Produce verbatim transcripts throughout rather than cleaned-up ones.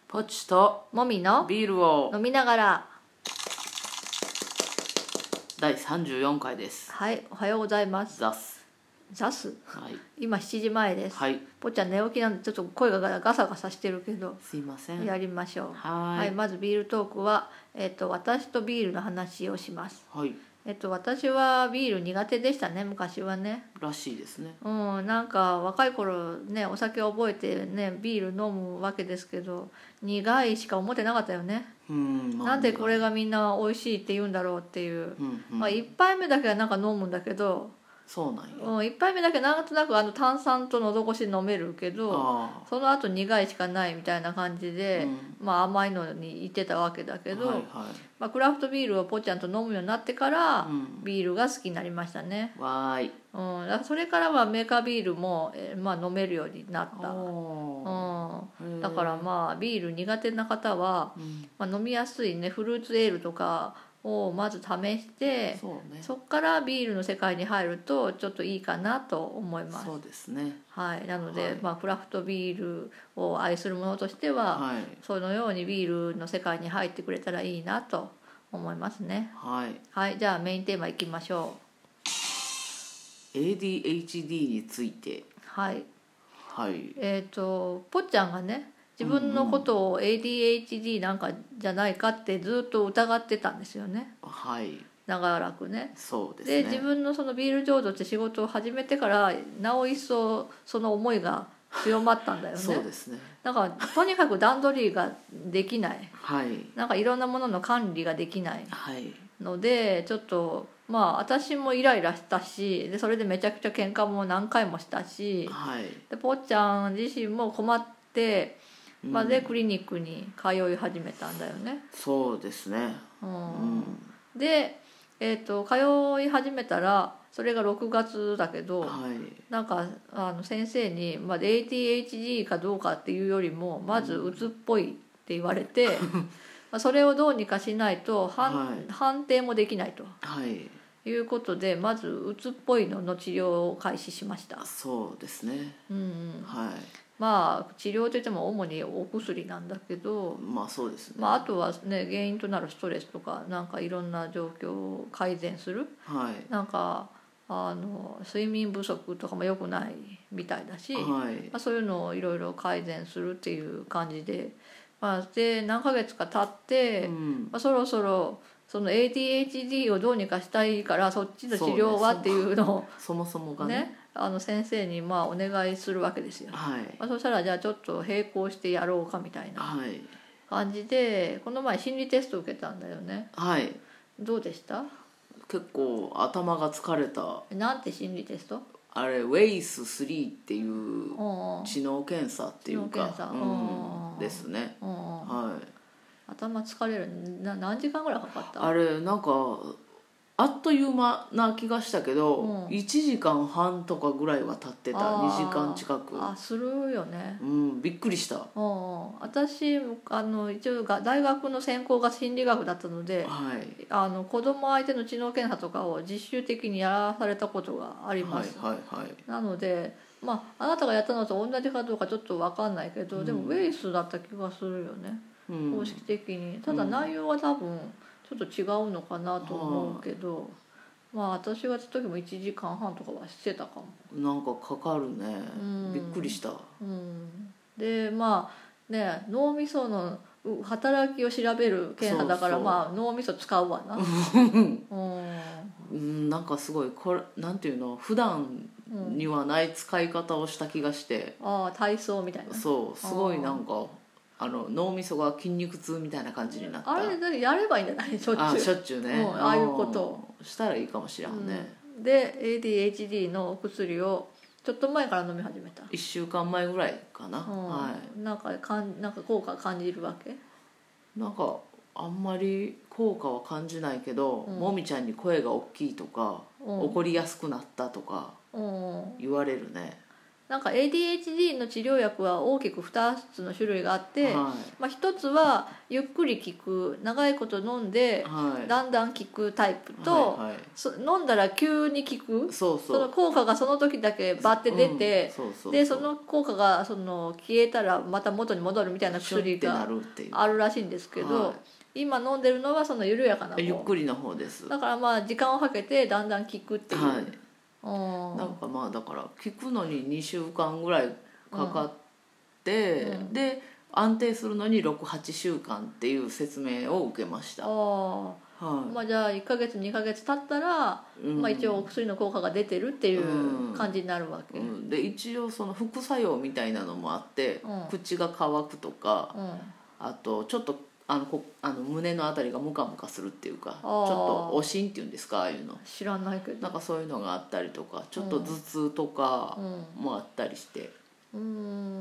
ポチともみのビールを飲みながら。 だいさんじゅうよんかいです。 はい、おはようございます。 ザス。 ザス。 はい。 今しちじまえです。 はい。 ぽっちゃん寝起きなんでちょっと声がガサガサしてるけど、 すいません。 やりましょう。 はい。 はい、まずビールトークは、えっと私とビールの話をします。 はい。 えっと私はビール苦手でしたね、昔はね。 らしいですね。 うん、なんか若い頃ね、お酒を覚えてね、ビール飲むわけですけど、苦いしか思ってなかったよね。 うん。 なんでこれがみんな美味しいって言うんだろうっていう、 うんうん、 まあ、いっぱいめだけはなんか飲むんだけど、 そうなんや、 うん、いっぱいめだけなんとなくあの炭酸と喉越し飲めるけど、その後苦いしかないみたいな感じで、うん、まあ甘いのにいってたわけだけど、 はいはい、 まあ、クラフトビールをぽっちゃんと飲むようになってから、うん、ビールが好きになりましたね。 わーい、 うん、だからそれからはメーカービールも、えーまあ、飲めるようになった。うん、だからまあビール苦手な方は、うんまあ、飲みやすいねフルーツエールとかをまず試して、 そ,、ね、そっからビールの世界に入るとちょっといいかなと思います。 そうですね、 はい、なので、 はいまあ、クラフトビールを愛する者としては、はい、そのようにビールの世界に入ってくれたらいいなと思いますね。 はい、 はい、じゃあメインテーマいきましょう。 エーディーエイチディー について。 はい、 はい、 えっ、ー、とぽっちゃんがね自分のことを エーディーエイチディー なんかじゃないかってずっと疑ってたんですよね。 はい、 長らくね。 そうですね。 で自分のそのビール醸造って仕事を始めてからなお一層その思いが強まったんだよね。 そうですね。 だからとにかく段取りができない、 はい、 なんかいろんなものの管理ができないので、はい、ちょっとまあ私もイライラしたし、でそれでめちゃくちゃ喧嘩も何回もしたし、 はい、でぽっちゃん自身も困って、まあ、でクリニックに通い始めたんだよね。 そうですね、 うんうん、で、えーと、通い始めたらそれがろくがつだけど、はい、なんかあの先生に、まあ、エーディーエイチディー かどうかっていうよりもまずうつっぽいって言われて、うん、それをどうにかしないと 判,、はい、判定もできないと、はい、いうことでまずうつっぽいのの治療を開始しました。 そうですね、うんうん、はい、 まあ治療といっても主にお薬なんだけど、 まあそうですね、 まあ、あとはね原因となるストレスとかなんかいろんな状況を改善する、はい、なんかあの睡眠不足とかも良くないみたいだし、はい、まあ、そういうのをいろいろ改善するっていう感じで、まあ、で何ヶ月か経って、うんまあ、そろそろその エーディーエイチディー をどうにかしたいからそっちの治療はっていうのをそもそもがね、 ねあの先生にまあお願いするわけですよ、はいまあ、そしたらじゃあちょっと並行してやろうかみたいな感じで、はい、この前心理テスト受けたんだよね。はい、どうでした？ 結構頭が疲れた。 なんて心理テスト？あれウェイススリーっていう知能検査っていうか、うん、ですね、はい、 頭疲れる。な何時間ぐらいかかった？ あれなんかあっという間な気がしたけど、うん、いちじかんはんとかぐらいは経ってた。にじかん近く。 あするよね、 うん、びっくりした。 うん、私あの一応大学の専攻が心理学だったので、はい、あの子供相手の知能検査とかを実習的にやらされたことがあります、はいはいはい、なので、まあ、あなたがやったのと同じかどうかちょっと分かんないけど、うん、でもウェイスだった気がするよね、うん、公式的に。ただ内容は多分ちょっと違うのかなと思うけど、うん、まあ私がやった時もいちじかんはんとかはしてたかも。 なんかかかるね、うん、びっくりした、 うん、でまあね脳みその働きを調べる検査だから、そうそうまあ脳みそ使うわなうん、なんかすごいこれなんていうの普段にはない使い方をした気がして、 うん、ああ体操みたいな。 そうすごいなんかあの脳みそが筋肉痛みたいな感じになった。 あれやればいいんじゃない？しょっちゅう。 あしょっちゅうね、 うん、ああいうことをしたらいいかもしれんね、 うん、で エーディーエイチディー のお薬をちょっと前から飲み始めた。 いっしゅうかんまえぐらいかな、うんはい、 なんかかんなんか効果感じるわけ？ なんかあんまり効果は感じないけど、うん、もみちゃんに声が大きいとか、うん、怒りやすくなったとか言われるね。 なんか エーディーエイチディー の治療薬は大きくふたつの種類があって、はい、まあ、ひとつはゆっくり効く長いこと飲んで、はい、だんだん効くタイプと、はいはい、そ飲んだら急に効く、そうそう、その効果がその時だけバッて出て、うん、そうそうそう、でその効果がその消えたらまた元に戻るみたいな薬があるらしいんですけど、はい、今飲んでるのはその緩やかな方、 ゆっくりの方です。 だからまあ時間をかけてだんだん効くっていう、はい、 なんかまあだから効くのににしゅうかんぐらいかかって、うん、で安定するのにろくはちしゅうかんっていう説明を受けました。あ、 はい、まあ、じゃあいっかげつにかげつ経ったら、うん、まあ、一応お薬の効果が出てるっていう感じになるわけ、うん、 で一応その副作用みたいなのもあって、うん、口が乾くとか、うん、あとちょっとあのこあの胸のあたりがムカムカするっていうか、ちょっとおしんっていうんですか、ああいうの知らないけど、 なんかそういうのがあったりとか、ちょっと頭痛とかもあったりして、 うん、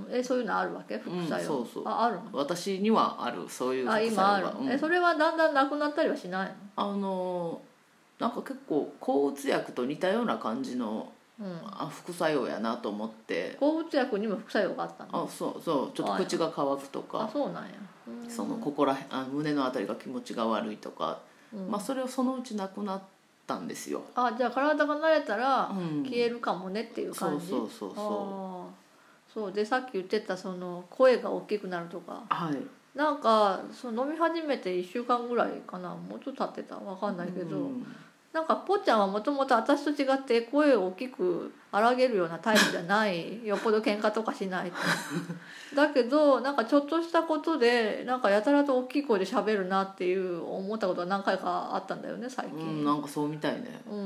うん、えそういうのあるわけ、副作用、うん、そうそう、ああるの、 私にはある、そういう副作用が。 あ今ある、うん、えそれはだんだんなくなったりはしないの？ あのなんか結構抗うつ薬と似たような感じの、うん、あ副作用やなと思って。 抗うつ薬にも副作用があったの？ あそうそう、ちょっと口が乾くとか、 あそうなんや、 そのここらあ胸のあたりが気持ちが悪いとか、うん、まあそれをそのうちなくなったんですよ。 あじゃあ体が慣れたら消えるかもねっていう感じ、 うん、そうそうそうそう、 そうでさっき言ってたその声が大きくなるとか、 はい、 なんかその飲み始めていっしゅうかんぐらいかな、もうちょっと経ってた分かんないけど、うん、なんかぽっちゃんはもともと私と違って声を大きく荒げるようなタイプじゃないよっぽど喧嘩とかしないとだけどなんかちょっとしたことでなんかやたらと大きい声で喋るなっていう思ったことが何回かあったんだよね最近、うん、 なんかそうみたいね、 うん、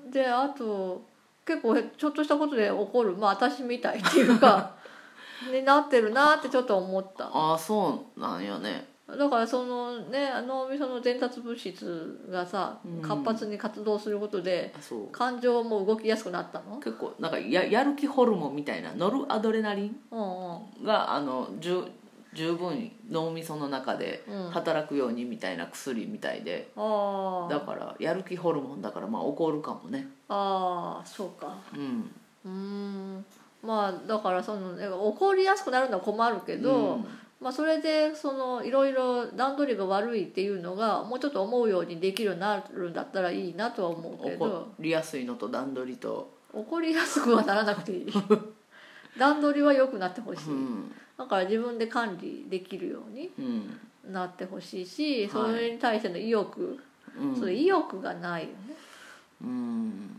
であと結構ちょっとしたことで怒る、まあ私みたいっていうかになってるなってちょっと思った。 ああそうなんよね。 だからそのね脳みその伝達物質がさ活発に活動することで、うん、感情も動きやすくなったの？ 結構なんか や, やる気ホルモンみたいなノルアドレナリンが、うんうん、あの十十分脳みその中で働くようにみたいな薬みたいで、うん、だからやる気ホルモンだからまあ怒るかもね。 ああそうか。 うんうーんまあだからその怒りやすくなるのは困るけど、うんまあ、それでそのいろいろ段取りが悪いっていうのがもうちょっと思うようにできるようになるんだったらいいなとは思うけど、 怒りやすいのと段取りと怒りやすくはならなくていい段取りは良くなってほしい、うん、だから自分で管理できるようになってほしいし、うん、それに対しての意欲、はい、その意欲がないよね、うん、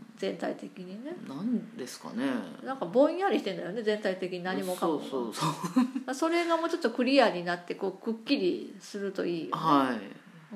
全体的にね。 なんですかね、 なんかぼんやりしてんだよね全体的に何もかも。 そうそうそうそれがもうちょっとクリアになってこうくっきりするといいよね。 はい、 うん、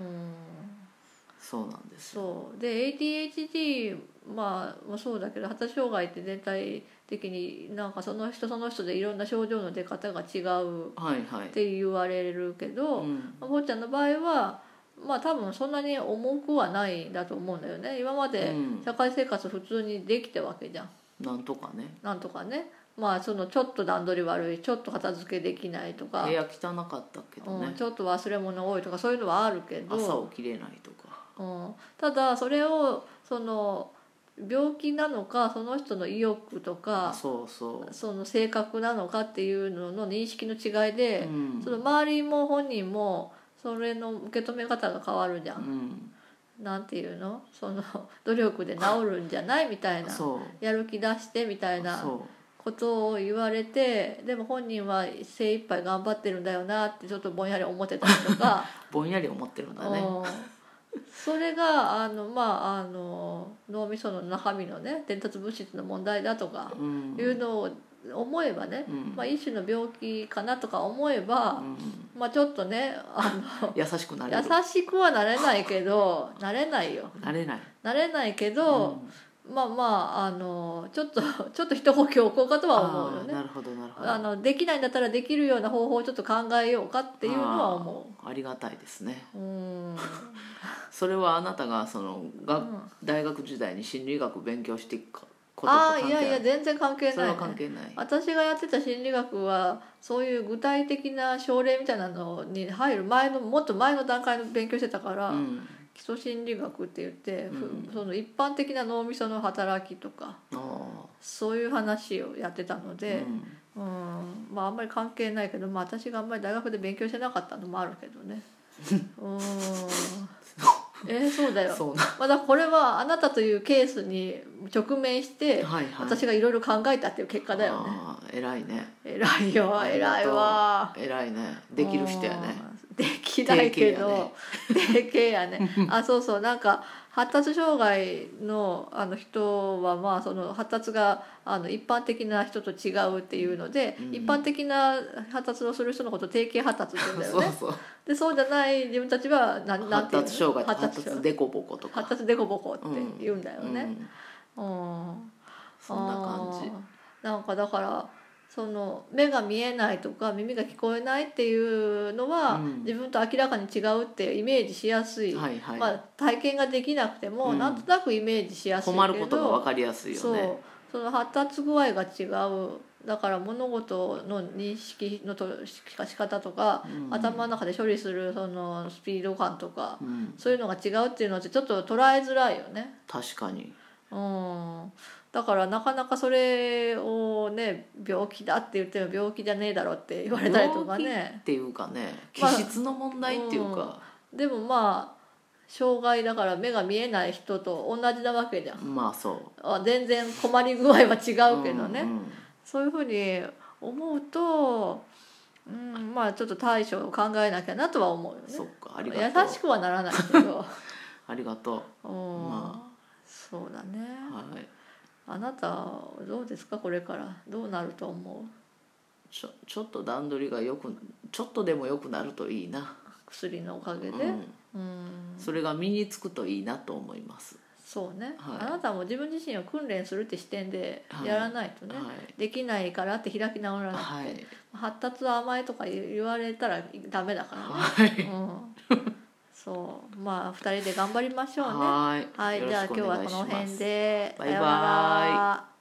そうなんですよ。 そうで エーディーエイチディー、まあ、もそうだけど発達障害って全体的になんかその人その人でいろんな症状の出方が違うって言われるけど、はいはい、うん、坊ちゃんの場合はまあ多分そんなに重くはないんだと思うんだよね。今まで社会生活普通にできたわけじゃん、 うん、なんとかねなんとかね。まあそのちょっと段取り悪い、ちょっと片付けできないとか、 部屋汚かったけどね、 うん、ちょっと忘れ物多いとかそういうのはあるけど、 朝起きれないとか、 うん、ただそれをその病気なのかその人の意欲とかそうそうその性格なのかっていうのの認識の違いで、うん、その周りも本人もそれの受け止め方が変わるじゃん、うん、なんていうのその努力で治るんじゃないみたいな、やる気出してみたいなことを言われて、でも本人は精一杯頑張ってるんだよなってちょっとぼんやり思ってたりとかぼんやり思ってるんだねそれがあの、まあ、あの脳みその中身のね伝達物質の問題だとかいうのを思えばね、うん、まあ、一種の病気かなとか思えば、うん、まあ、ちょっとねあの優しくなれる、 優しくはなれないけどなれないよなれないなれないけど、うん、まあまああのちょっとちょっと一呼吸置こうかとは思うよね。 なるほどなるほど。 あのできないんだったらできるような方法をちょっと考えようかっていうのは思う。 あ, ありがたいですね。 うん、 それはあなたがそのが、うん、大学時代に心理学勉強していくかああいやいや全然関係ない、ね、 それは関係ない。 私がやってた心理学はそういう具体的な症例みたいなのに入る前のもっと前の段階の勉強してたから、うん、基礎心理学って言って、 うん、 その一般的な脳みその働きとかそういう話をやってたので、うん、うん、まああんまり関係ないけど、まあ、私があんまり大学で勉強してなかったのもあるけどね。うんえー、そうだよ。そうまだこれはあなたというケースに直面して、はいはい、私がいろいろ考えたっていう結果だよね。 あ偉いね。 偉いよ、偉いわ。 偉いね。できる人やね。 できないけど定型やね。あ、そうそう、なんか発達障害のあの人はまあその発達があの一般的な人と違うっていうので、うん、一般的な発達をする人のことを定型発達って言うんだよね。そうそうでそうじゃない自分たちは何なんていうの？ 発達障害とか発達デコボコとか発達デコボコって言うんだよね。うん、 うんうん、そんな感じ。 なんかだからその目が見えないとか耳が聞こえないっていうのは、うん、自分と明らかに違うってイメージしやすい、はいはい、まあ、体験ができなくても、うん、なんとなくイメージしやすいけど、 困ることが分かりやすいよね。 そうその発達具合が違う。だから物事の認識の仕方とか、うん、頭の中で処理するそのスピード感とか、うん、そういうのが違うっていうのってちょっと捉えづらいよね。 確かに、 うん、だからなかなかそれをね病気だって言っても病気じゃねえだろって言われたりとかね。 病気っていうかね気質の問題っていうか、まあうん、でもまあ障害だから目が見えない人と同じなわけじゃん。 まあそうあ全然困り具合は違うけどね、うんうん、そういうふうに思うと、うん、まあちょっと対処を考えなきゃなとは思うよね。 そっか、ありがとう。 優しくはならないけどありがとう、 うんまあ、そうだね、はい、あなたどうですかこれからどうなると思う？ ちょ、ちょっと段取りがよくちょっとでも良くなるといいな。 薬のおかげで、 うんうん、それが身につくといいなと思います。 そうね、はい、あなたも自分自身を訓練するって視点でやらないとね、はいはい、できないからって開き直らなくて、はい、発達は甘いとか言われたらダメだからね、はいうん、そうまあふたりで頑張りましょうね。はい、はい、じゃあ今日はこの辺でバイバイ。